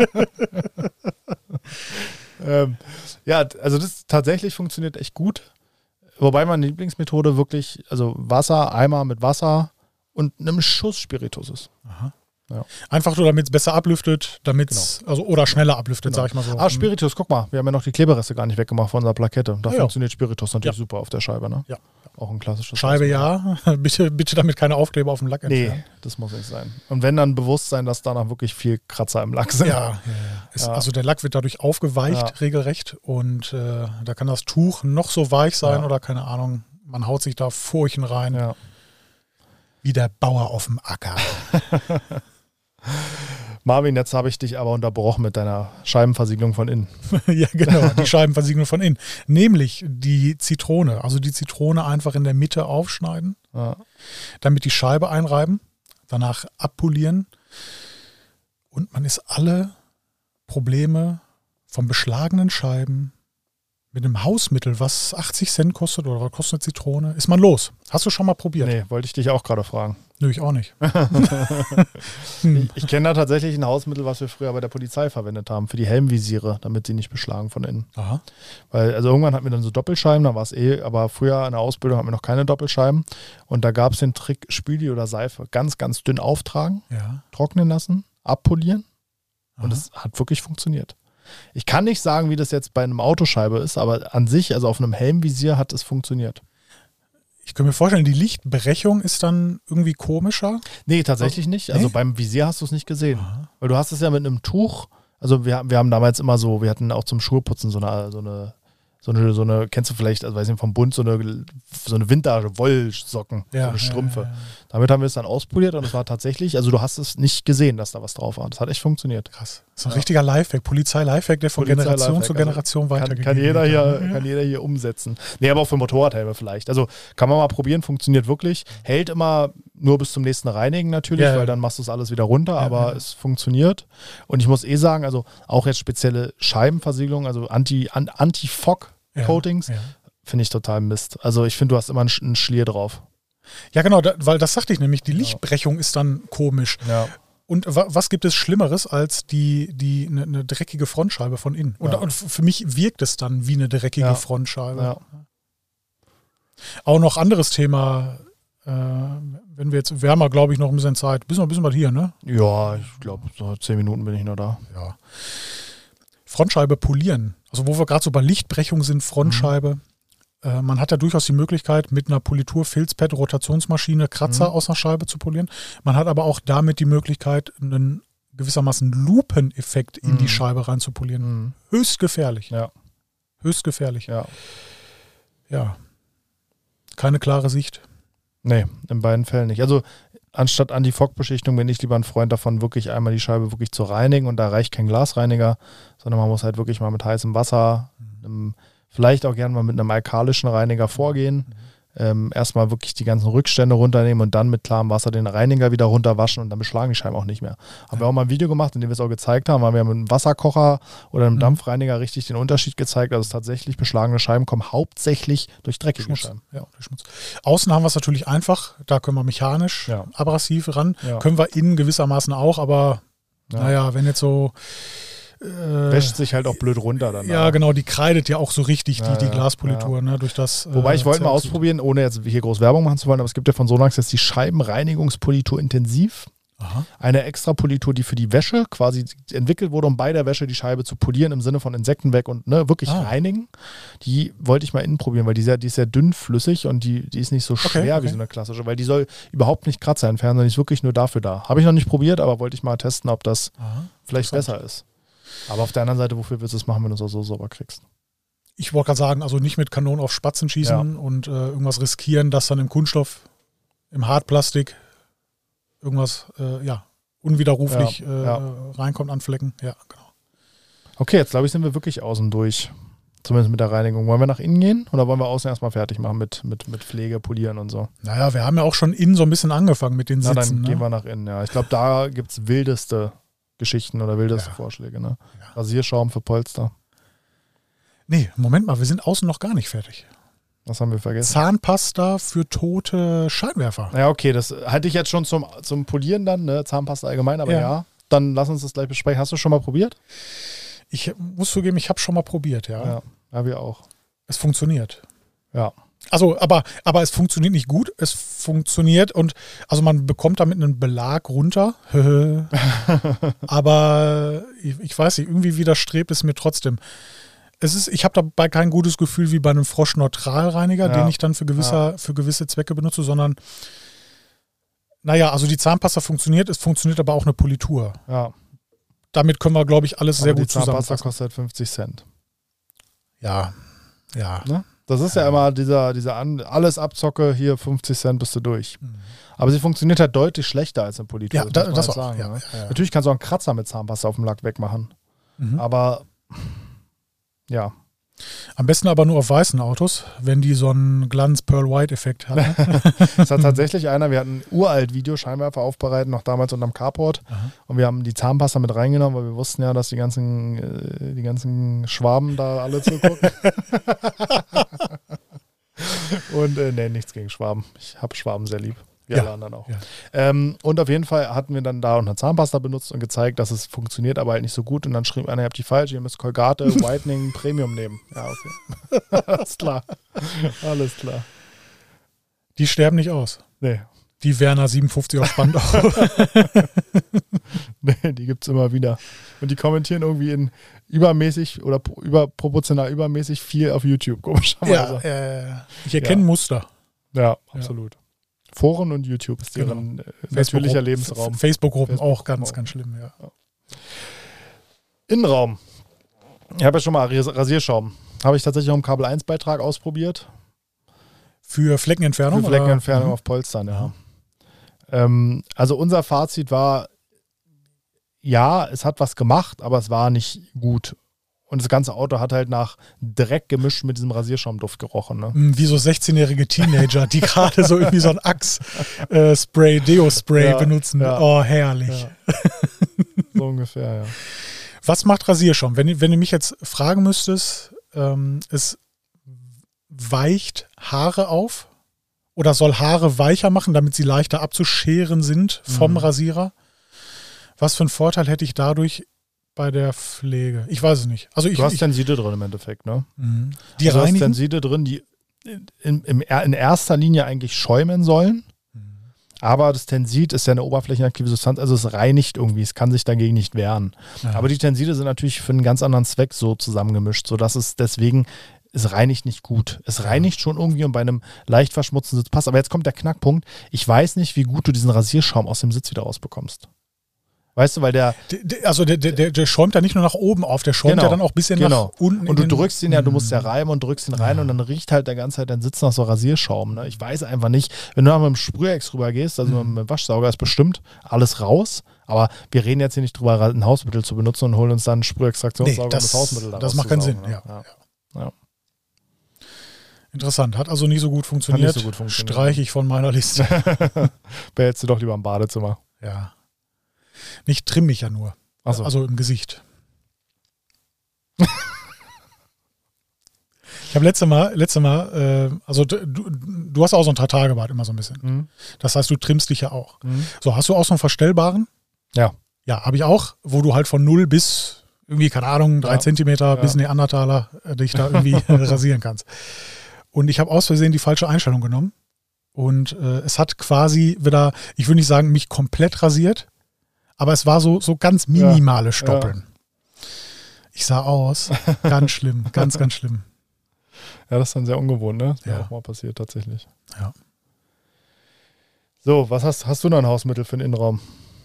Ja, also das tatsächlich funktioniert echt gut. Wobei meine Lieblingsmethode wirklich, also Wasser, Eimer mit Wasser und einem Schuss Spiritus ist. Aha. Ja. Einfach nur, damit es besser ablüftet, oder schneller ablüftet, sag ich mal so. Spiritus, guck mal, wir haben ja noch die Klebereste gar nicht weggemacht von unserer Plakette. Da funktioniert Spiritus natürlich super auf der Scheibe, ne? Ja. Auch ein klassisches Scheibe, bitte damit keine Aufkleber auf dem Lack entfernen. Nee, das muss nicht sein. Und wenn dann bewusst sein, dass danach wirklich viel Kratzer im Lack sind. Also der Lack wird dadurch aufgeweicht, regelrecht. Und da kann das Tuch noch so weich sein oder keine Ahnung, man haut sich da Furchen rein. Ja. Wie der Bauer auf dem Acker. Marvin, jetzt habe ich dich aber unterbrochen mit deiner Scheibenversiegelung von innen. Ja, genau, die Scheibenversiegelung von innen. Nämlich die Zitrone. Also die Zitrone einfach in der Mitte aufschneiden, damit die Scheibe einreiben, danach abpolieren und man ist alle Probleme von beschlagenen Scheiben mit einem Hausmittel, was 80 Cent kostet oder was kostet eine Zitrone, ist man los. Hast du schon mal probiert? Nee, wollte ich dich auch gerade fragen. Nö, ich auch nicht. Ich kenne da tatsächlich ein Hausmittel, was wir früher bei der Polizei verwendet haben, für die Helmvisiere, damit sie nicht beschlagen von innen. Aha. Weil, also irgendwann hatten wir dann so Doppelscheiben, da war es aber früher in der Ausbildung hatten wir noch keine Doppelscheiben. Und da gab es den Trick, Spüli oder Seife ganz, ganz dünn auftragen, trocknen lassen, abpolieren. Und es hat wirklich funktioniert. Ich kann nicht sagen, wie das jetzt bei einem Autoscheibe ist, aber an sich, also auf einem Helmvisier hat es funktioniert. Ich kann mir vorstellen, die Lichtbrechung ist dann irgendwie komischer. Nee, tatsächlich nicht. Also beim Visier hast du es nicht gesehen. Aha. Weil du hast es ja mit einem Tuch, also wir haben damals immer so, wir hatten auch zum Schuheputzen so eine, kennst du vielleicht, also weiß nicht, vom Bund so eine Winterwollsocken, so eine Strümpfe. Ja. Damit haben wir es dann auspoliert und es war tatsächlich, also du hast es nicht gesehen, dass da was drauf war. Das hat echt funktioniert. Krass. Das ist ein richtiger Lifehack, Polizei-Lifehack, der von Generation zu Generation weitergeht. Kann jeder hier umsetzen. Nee, aber auch für Motorradhelme vielleicht. Also kann man mal probieren, funktioniert wirklich. Hält immer nur bis zum nächsten Reinigen natürlich, weil dann machst du es alles wieder runter, aber es funktioniert. Und ich muss sagen, also auch jetzt spezielle Scheibenversiegelung, also Anti-Fog-Coatings, finde ich total Mist. Also ich finde, du hast immer einen Schlier drauf. Ja, genau, weil das sagte ich nämlich, die Lichtbrechung ist dann komisch. Ja. Und was gibt es Schlimmeres als eine dreckige Frontscheibe von innen? Und für mich wirkt es dann wie eine dreckige Frontscheibe. Ja. Auch noch anderes Thema, wenn wir haben ja, glaube ich, noch ein bisschen Zeit. Bist noch ein bisschen bald hier, ne? Ja, ich glaube, so 10 Minuten bin ich noch da. Ja. Frontscheibe polieren. Also wo wir gerade so bei Lichtbrechung sind, Frontscheibe. Man hat ja durchaus die Möglichkeit, mit einer Politur, Filzpad, Rotationsmaschine, Kratzer aus einer Scheibe zu polieren. Man hat aber auch damit die Möglichkeit, einen gewissermaßen Lupeneffekt in die Scheibe rein zu polieren. Höchst gefährlich. Ja. Höchst gefährlich. Ja. Ja. Keine klare Sicht. Nee, in beiden Fällen nicht. Also anstatt Anti-Fog-Beschichtung bin ich lieber ein Freund davon, wirklich einmal die Scheibe wirklich zu reinigen und da reicht kein Glasreiniger, sondern man muss halt wirklich mal mit heißem Wasser, vielleicht auch gerne mal mit einem alkalischen Reiniger vorgehen. Erstmal wirklich die ganzen Rückstände runternehmen und dann mit klarem Wasser den Reiniger wieder runterwaschen und dann beschlagen die Scheiben auch nicht mehr. Haben wir auch mal ein Video gemacht, in dem wir es auch gezeigt haben, weil wir mit einem Wasserkocher oder einem Dampfreiniger richtig den Unterschied gezeigt. Also tatsächlich beschlagene Scheiben kommen hauptsächlich durch dreckige Scheiben. Ja, durch Schmutz. Außen haben wir es natürlich einfach, da können wir mechanisch, abrasiv ran, können wir innen gewissermaßen auch, aber naja, wenn jetzt so wäscht sich halt auch blöd runter dann. Ja, genau, die kreidet ja auch so richtig, die Glaspolitur, ne, durch das. Wobei ich wollte mal ausprobieren, ohne jetzt hier groß Werbung machen zu wollen, aber es gibt ja von Sonax jetzt die Scheibenreinigungspolitur intensiv. Aha. Eine extra Politur, die für die Wäsche quasi entwickelt wurde, um bei der Wäsche die Scheibe zu polieren, im Sinne von Insekten weg und wirklich reinigen. Die wollte ich mal innen probieren, weil die ist sehr dünnflüssig und die ist nicht so schwer wie so eine klassische, weil die soll überhaupt nicht Kratzer entfernen, sondern die ist wirklich nur dafür da. Habe ich noch nicht probiert, aber wollte ich mal testen, ob das vielleicht besser ist. Aber auf der anderen Seite, wofür willst du es machen, wenn du es auch so sauber kriegst? Ich wollte gerade sagen, also nicht mit Kanonen auf Spatzen schießen und irgendwas riskieren, dass dann im Kunststoff, im Hartplastik irgendwas unwiderruflich reinkommt an Flecken. Ja, genau. Okay, jetzt glaube ich, sind wir wirklich außen durch. Zumindest mit der Reinigung. Wollen wir nach innen gehen oder wollen wir außen erstmal fertig machen mit Pflege, Polieren und so? Naja, wir haben ja auch schon innen so ein bisschen angefangen mit den Sitzen. Dann gehen wir nach innen, ja. Ich glaube, da gibt es wildeste Geschichten oder wildeste Vorschläge, ne? Ja. Rasierschaum für Polster. Nee, Moment mal, wir sind außen noch gar nicht fertig. Was haben wir vergessen? Zahnpasta für tote Scheinwerfer. Ja, okay, das hatte ich jetzt schon zum Polieren dann, ne? Zahnpasta allgemein, aber dann lass uns das gleich besprechen. Hast du schon mal probiert? Ich muss zugeben, ich habe schon mal probiert, ja. Ja, wir auch. Es funktioniert. Ja. Also, aber es funktioniert nicht gut. Es funktioniert und also man bekommt damit einen Belag runter. Aber ich weiß nicht, irgendwie widerstrebt es mir trotzdem. Ich habe dabei kein gutes Gefühl wie bei einem Frosch-Neutralreiniger, den ich dann für gewisse Zwecke benutze, sondern naja, also die Zahnpasta funktioniert, es funktioniert aber auch eine Politur. Ja. Damit können wir, glaube ich, alles sehr gut zusammenfassen. Die Zahnpasta kostet 50 Cent. Ja. Ne? Das ist ja immer dieser alles Abzocke, hier 50 Cent bist du durch. Aber sie funktioniert halt deutlich schlechter als eine Politur. Ja, das auch. Sagen, ja. Natürlich kannst du auch einen Kratzer mit Zahnpasta auf dem Lack wegmachen. Aber ja. Am besten aber nur auf weißen Autos, wenn die so einen Glanz-Pearl-White-Effekt haben. Es hat tatsächlich einer, wir hatten ein uralt Video, Scheinwerfer aufbereiten, noch damals unterm Carport. Aha. Und wir haben die Zahnpasta mit reingenommen, weil wir wussten ja, dass die ganzen Schwaben da alle zugucken. Und nee, nichts gegen Schwaben. Ich habe Schwaben sehr lieb. Wie alle anderen auch. Ja. Und auf jeden Fall hatten wir dann da auch eine Zahnpasta benutzt und gezeigt, dass es funktioniert, aber halt nicht so gut. Und dann schrieb einer, ihr habt die falsch, ihr müsst Colgate Whitening Premium nehmen. Ja, okay. Alles klar. Alles klar. Die sterben nicht aus. Nee. Die Werner 57 aus Spandau. Nee, die gibt es immer wieder. Und die kommentieren irgendwie in übermäßig oder überproportional übermäßig viel auf YouTube, komischerweise. Ja, ich erkenne Muster. Ja, absolut. Foren und YouTube ist deren natürlicher Lebensraum. Facebook-Gruppen auch ganz schlimm, ja. Innenraum. Ich habe ja schon mal Rasierschaum. Habe ich tatsächlich auch im Kabel 1-Beitrag ausprobiert. Für Fleckenentfernung? Für Fleckenentfernung auf Polstern, ja. Also unser Fazit war, ja, es hat was gemacht, aber es war nicht gut. Und das ganze Auto hat halt nach Dreck gemischt mit diesem Rasierschaumduft gerochen. Ne? Wie so 16-jährige Teenager, die gerade so irgendwie so ein Axe-Spray, Deo-Spray benutzen. Ja. Oh, herrlich. Ja. So ungefähr, ja. Was macht Rasierschaum? Wenn du mich jetzt fragen müsstest, es weicht Haare auf oder soll Haare weicher machen, damit sie leichter abzuscheren sind vom Rasierer? Was für einen Vorteil hätte ich dadurch bei der Pflege? Ich weiß es nicht. Also du hast Tenside drin im Endeffekt, ne? Die also reinigen? Du hast Tenside drin, die in erster Linie eigentlich schäumen sollen. Aber das Tensid ist ja eine oberflächenaktive Substanz, also es reinigt irgendwie, es kann sich dagegen nicht wehren. Ja. Aber die Tenside sind natürlich für einen ganz anderen Zweck so zusammengemischt, sodass es deswegen, es reinigt nicht gut. Es reinigt schon irgendwie und bei einem leicht verschmutzten Sitz passt. Aber jetzt kommt der Knackpunkt, ich weiß nicht, wie gut du diesen Rasierschaum aus dem Sitz wieder rausbekommst. Weißt du, weil der schäumt ja nicht nur nach oben auf, der schäumt ja dann auch ein bisschen nach unten. Und du drückst ihn ja, du musst ja reiben und drückst ihn rein und dann riecht halt der ganze Zeit dein Sitz nach so Rasierschaum. Ne? Ich weiß einfach nicht, wenn du noch mit dem Sprühex rüber gehst, also mit dem Waschsauger, ist bestimmt alles raus. Aber wir reden jetzt hier nicht drüber, ein Hausmittel zu benutzen und holen uns dann einen Sprühextraktionssauger und das Hausmittel daraus. Das macht keinen Sinn, ne? Ja. Interessant, hat also nie so gut funktioniert. Streiche ich von meiner Liste. Behältst du doch lieber im Badezimmer. Ja. Nicht trimm mich ja nur. So. Also im Gesicht. Ich habe letztes Mal, also du hast auch so ein 3-Tage-Bad immer so ein bisschen. Das heißt, du trimmst dich ja auch. So, hast du auch so einen verstellbaren? Ja. Ja, habe ich auch, wo du halt von 0 bis irgendwie, keine Ahnung, 3 Zentimeter bis Neandertaler dich da irgendwie rasieren kannst. Und ich habe aus Versehen die falsche Einstellung genommen. Und es hat quasi wieder, ich würde nicht sagen, mich komplett rasiert, aber es war so ganz minimale Stoppeln. Ja. Ich sah aus, ganz schlimm, ganz schlimm. Ja, das ist dann sehr ungewohnt, ne? Das ist auch mal passiert tatsächlich. Ja. So, was hast du noch ein Hausmittel für den Innenraum?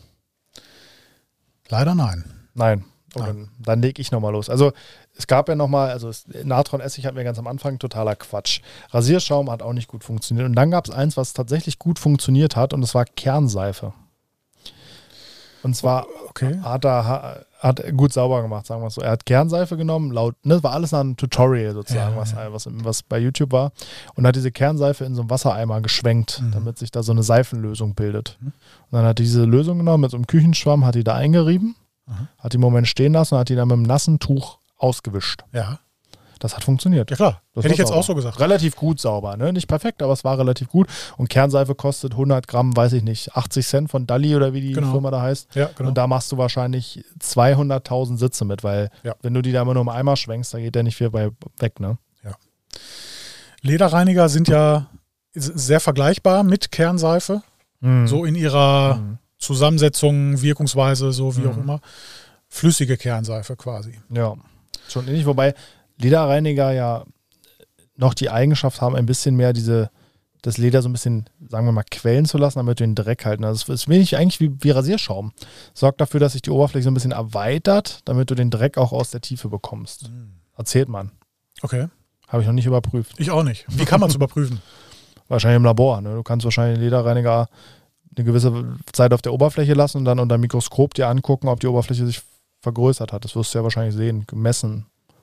Leider nein. Nein. Dann lege ich nochmal los. Also es gab ja nochmal, also Natronessig hatten wir ganz am Anfang, totaler Quatsch. Rasierschaum hat auch nicht gut funktioniert. Und dann gab es eins, was tatsächlich gut funktioniert hat und das war Kernseife. Und zwar hat er gut sauber gemacht, sagen wir es so. Er hat Kernseife genommen, das war alles nach einem Tutorial sozusagen, was bei YouTube war. Und hat diese Kernseife in so einem Wassereimer geschwenkt, damit sich da so eine Seifenlösung bildet. Und dann hat er diese Lösung genommen mit so einem Küchenschwamm, hat die da eingerieben, hat die einen Moment stehen lassen und hat die dann mit einem nassen Tuch ausgewischt. Ja. Das hat funktioniert. Ja klar, das hätte ich jetzt sauber. Auch so gesagt. Relativ gut sauber, ne? Nicht perfekt, aber es war relativ gut. Und Kernseife kostet 100 Gramm, weiß ich nicht, 80 Cent von Dalli oder wie die Firma da heißt. Ja, genau. Und da machst du wahrscheinlich 200.000 Sitze mit, weil wenn du die da immer nur im Eimer schwenkst, da geht der nicht viel bei weg, ne? Ja. Lederreiniger sind ja sehr vergleichbar mit Kernseife. So in ihrer Zusammensetzung, Wirkungsweise, so wie auch immer. Flüssige Kernseife quasi. Ja, schon ähnlich, wobei Lederreiniger ja noch die Eigenschaft haben, ein bisschen mehr das Leder so ein bisschen, sagen wir mal, quellen zu lassen, damit du den Dreck halten. Also das ist wenig eigentlich wie Rasierschaum. Sorgt dafür, dass sich die Oberfläche so ein bisschen erweitert, damit du den Dreck auch aus der Tiefe bekommst. Erzählt man. Okay. Habe ich noch nicht überprüft. Ich auch nicht. Wie kann man es überprüfen? Wahrscheinlich im Labor. Ne? Du kannst wahrscheinlich den Lederreiniger eine gewisse Zeit auf der Oberfläche lassen und dann unter dem Mikroskop dir angucken, ob die Oberfläche sich vergrößert hat. Das wirst du ja wahrscheinlich sehen, gemessen.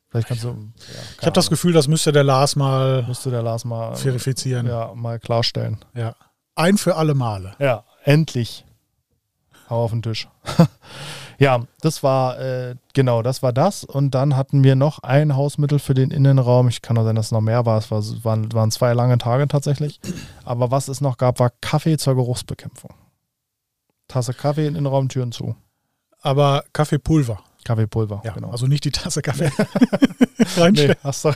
Vielleicht kannst du. Ja, ich habe das Gefühl, das müsste der Lars mal verifizieren. Ja, mal klarstellen. Ja. Ein für alle Male. Ja, endlich. Hau auf den Tisch. Ja, das war das. Und dann hatten wir noch ein Hausmittel für den Innenraum. Ich kann auch sein, dass es noch mehr war. Waren 2 lange Tage tatsächlich. Aber was es noch gab, war Kaffee zur Geruchsbekämpfung. Tasse Kaffee in Innenraum, Türen zu. Aber Kaffeepulver. Kaffeepulver, ja, genau. Also nicht die Tasse Kaffee reinstellen.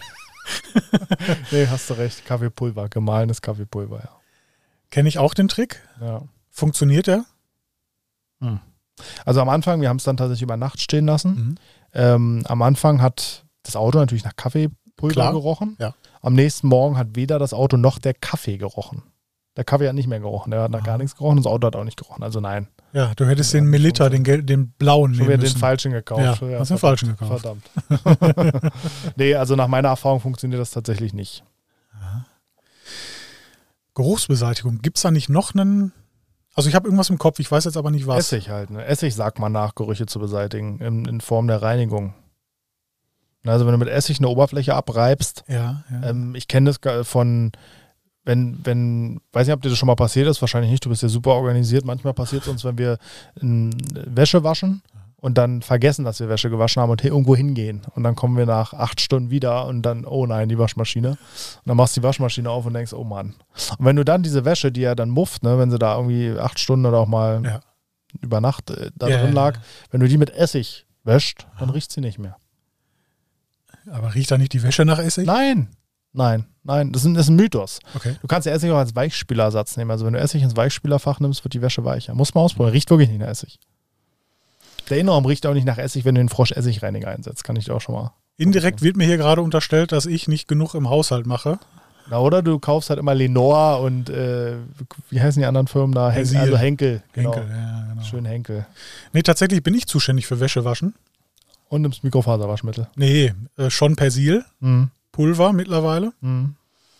Nee, hast du recht. Kaffeepulver, gemahlenes Kaffeepulver, ja. Kenne ich auch den Trick. Ja. Funktioniert der? Also am Anfang, wir haben es dann tatsächlich über Nacht stehen lassen. Am Anfang hat das Auto natürlich nach Kaffeepulver gerochen. Ja. Am nächsten Morgen hat weder das Auto noch der Kaffee gerochen. Der Kaffee hat nicht mehr gerochen. Der hat nach gar nichts gerochen. Das Auto hat auch nicht gerochen. Also nein. Ja, du hättest den Melitta, den blauen nehmen müssen. Den falschen gekauft. Ja, hast den falschen gekauft. Verdammt. Nee, also nach meiner Erfahrung funktioniert das tatsächlich nicht. Ja. Geruchsbeseitigung. Gibt es da nicht noch einen... Also ich habe irgendwas im Kopf, ich weiß jetzt aber nicht was. Essig halt. Ne? Essig sagt man nach, Gerüche zu beseitigen. In Form der Reinigung. Also wenn du mit Essig eine Oberfläche abreibst. Ja. Ich kenne das von... weiß nicht, ob dir das schon mal passiert ist, wahrscheinlich nicht, du bist ja super organisiert. Manchmal passiert es uns, wenn wir Wäsche waschen und dann vergessen, dass wir Wäsche gewaschen haben und irgendwo hingehen. Und dann kommen wir nach 8 Stunden wieder und dann, oh nein, die Waschmaschine. Und dann machst du die Waschmaschine auf und denkst, oh Mann. Und wenn du dann diese Wäsche, die ja dann mufft, ne, wenn sie da irgendwie 8 Stunden oder auch mal über Nacht da drin lag, wenn du die mit Essig wäscht, dann riecht sie nicht mehr. Aber riecht da nicht die Wäsche nach Essig? Nein, das ist ein Mythos. Okay. Du kannst ja Essig auch als Weichspülersatz nehmen. Also wenn du Essig ins Weichspülerfach nimmst, wird die Wäsche weicher. Muss man ausprobieren. Riecht wirklich nicht nach Essig. Der Innenraum riecht auch nicht nach Essig, wenn du den Frosch-Essigreiniger einsetzt. Kann ich dir auch schon mal. Indirekt wird mir hier gerade unterstellt, dass ich nicht genug im Haushalt mache. Na, oder du kaufst halt immer Lenor und wie heißen die anderen Firmen da? Also Henkel. Genau. Henkel, ja, genau. Schön Henkel. Nee, tatsächlich bin ich zuständig für Wäschewaschen. Und nimmst Mikrofaserwaschmittel. Nee, schon Persil. Pulver mittlerweile. Und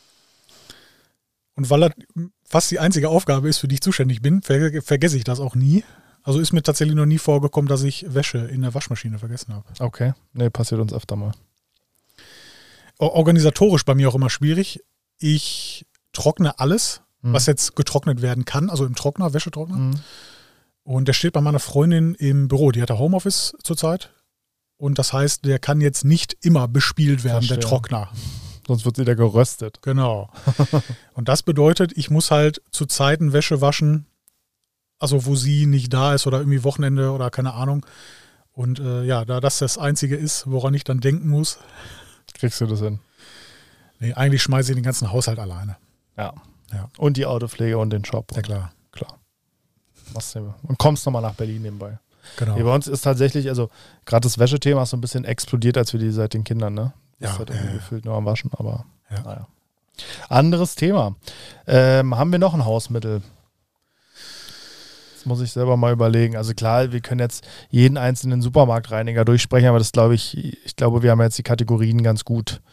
weil das fast die einzige Aufgabe ist, für die ich zuständig bin, vergesse ich das auch nie. Also ist mir tatsächlich noch nie vorgekommen, dass ich Wäsche in der Waschmaschine vergessen habe. Okay, nee, passiert uns öfter mal. Organisatorisch bei mir auch immer schwierig. Ich trockne alles, was jetzt getrocknet werden kann, also im Trockner, Wäschetrockner. Und der steht bei meiner Freundin im Büro. Die hat Homeoffice zurzeit. Und das heißt, der kann jetzt nicht immer bespielt werden, der Trockner. Sonst wird wieder geröstet. Genau. Und das bedeutet, ich muss halt zu Zeiten Wäsche waschen, also wo sie nicht da ist oder irgendwie Wochenende oder keine Ahnung. Und da das Einzige ist, woran ich dann denken muss. Kriegst du das hin? Nee, eigentlich schmeiße ich den ganzen Haushalt alleine. Ja. Und die Autopflege und den Shop. Ja, klar. Und kommst nochmal nach Berlin nebenbei. Genau. Hier bei uns ist tatsächlich, also gerade das Wäschethema ist so ein bisschen explodiert, als wir die seit den Kindern, ne? Das ist halt irgendwie gefühlt nur am Waschen, aber naja. Anderes Thema. Haben wir noch ein Hausmittel? Das muss ich selber mal überlegen. Also klar, wir können jetzt jeden einzelnen Supermarktreiniger durchsprechen, aber das ich glaube, wir haben jetzt die Kategorien ganz gut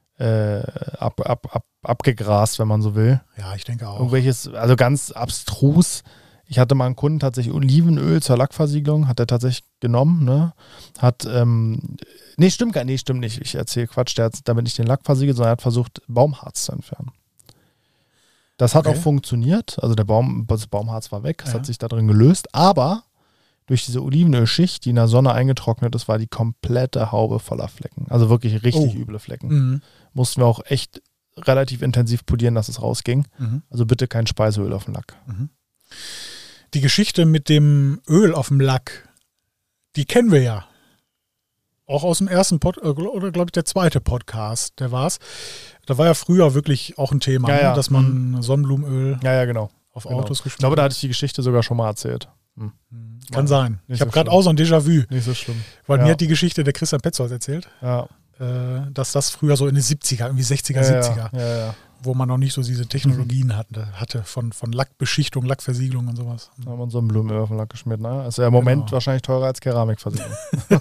abgegrast, wenn man so will. Ja, ich denke auch. Irgendwelches, also ganz abstrus. Ich hatte mal einen Kunden tatsächlich Olivenöl zur Lackversiegelung, hat er tatsächlich genommen, ne? Stimmt nicht. Ich erzähle Quatsch, der hat damit nicht den Lack versiegelt, sondern er hat versucht, Baumharz zu entfernen. Das hat auch funktioniert, also das Baumharz war weg, es hat sich da drin gelöst, aber durch diese Olivenölschicht, die in der Sonne eingetrocknet ist, war die komplette Haube voller Flecken. Also wirklich richtig üble Flecken. Mussten wir auch echt relativ intensiv polieren, dass es rausging. Also bitte kein Speiseöl auf dem Lack. Die Geschichte mit dem Öl auf dem Lack, die kennen wir ja. Auch aus dem ersten oder glaube ich der zweite Podcast, der war's. Da war ja früher wirklich auch ein Thema, ne? Dass man Sonnenblumenöl genau. auf Autos geschmiert hat. Ich glaube, da hatte ich die Geschichte sogar schon mal erzählt. Kann sein. Ich habe gerade auch so ein Déjà-vu. Nicht so schlimm. Weil mir hat die Geschichte der Christian Petzold erzählt, dass das früher so in den 70er, irgendwie 60er, 70er, wo man noch nicht so diese Technologien hatte von Lackbeschichtung, Lackversiegelung und sowas. Da haben wir so einen Blumenöl auf den Lack geschmiert. Ne? Ist ja im Moment wahrscheinlich teurer als Keramikversiegelung.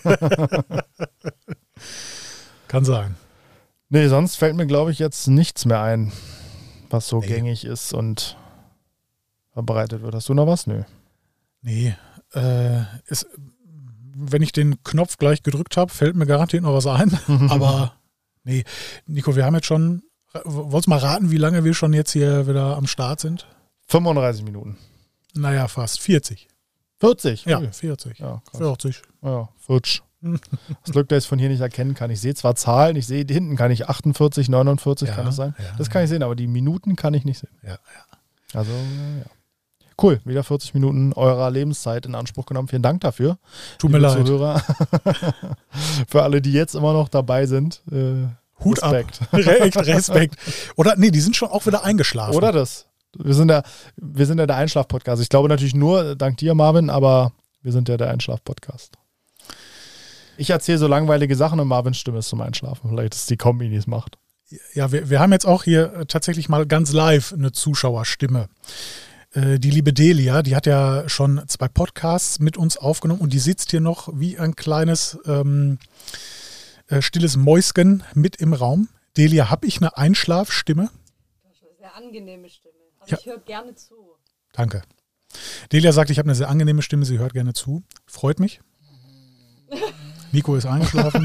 Kann sein. Nee, sonst fällt mir, glaube ich, jetzt nichts mehr ein, was so gängig ist und verbreitet wird. Hast du noch was? Nö. Nee. wenn ich den Knopf gleich gedrückt habe, fällt mir garantiert noch was ein. Aber nee, Nico, wir haben jetzt schon, wolltest du mal raten, wie lange wir schon jetzt hier wieder am Start sind? 35 Minuten. Naja, fast 40. 40? Ja, Okay. 40. Ja, krass. 40. Ja, futsch. Das Glück, dass ich es von hier nicht erkennen kann. Ich sehe zwar Zahlen, ich sehe hinten kann ich 48, 49 Ja, kann das sein. ja, Das kann ich sehen, aber die Minuten kann ich nicht sehen. Ja. Also, ja. Cool, wieder 40 Minuten eurer Lebenszeit in Anspruch genommen. Vielen Dank dafür. Tut mir leid. Zuhörer. Für alle, die jetzt immer noch dabei sind. Hut Respekt. ab. Respekt. Oder nee, die sind schon auch wieder eingeschlafen. Oder das. Wir sind ja der Einschlaf-Podcast. Ich glaube natürlich nur dank dir, Marvin, aber wir sind ja der Einschlaf-Podcast. Ich erzähle so langweilige Sachen und Marvins Stimme ist zum Einschlafen. Vielleicht ist es die Kombi, die es macht. Ja, wir haben jetzt auch hier tatsächlich mal ganz live eine Zuschauerstimme. Die liebe Delia, die hat ja schon 2 Podcasts mit uns aufgenommen und die sitzt hier noch wie ein kleines stilles Mäuschen mit im Raum. Delia, habe ich eine Einschlafstimme? Das ist eine sehr angenehme Stimme. Aber Ja. ich höre gerne zu. Danke. Delia sagt, ich habe eine sehr angenehme Stimme, sie hört gerne zu. Freut mich. Nico ist eingeschlafen.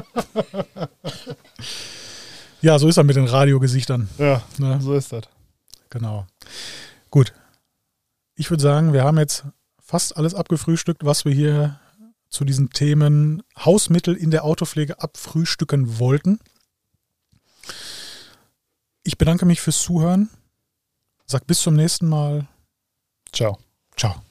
Ja, so ist er mit den Radiogesichtern. Ja, Ne? so ist das. Genau. Gut. Ich würde sagen, wir haben jetzt fast alles abgefrühstückt, was wir hier zu diesen Themen Hausmittel in der Autopflege abfrühstücken wollten. Ich bedanke mich fürs Zuhören. Sag bis zum nächsten Mal. Ciao. Ciao.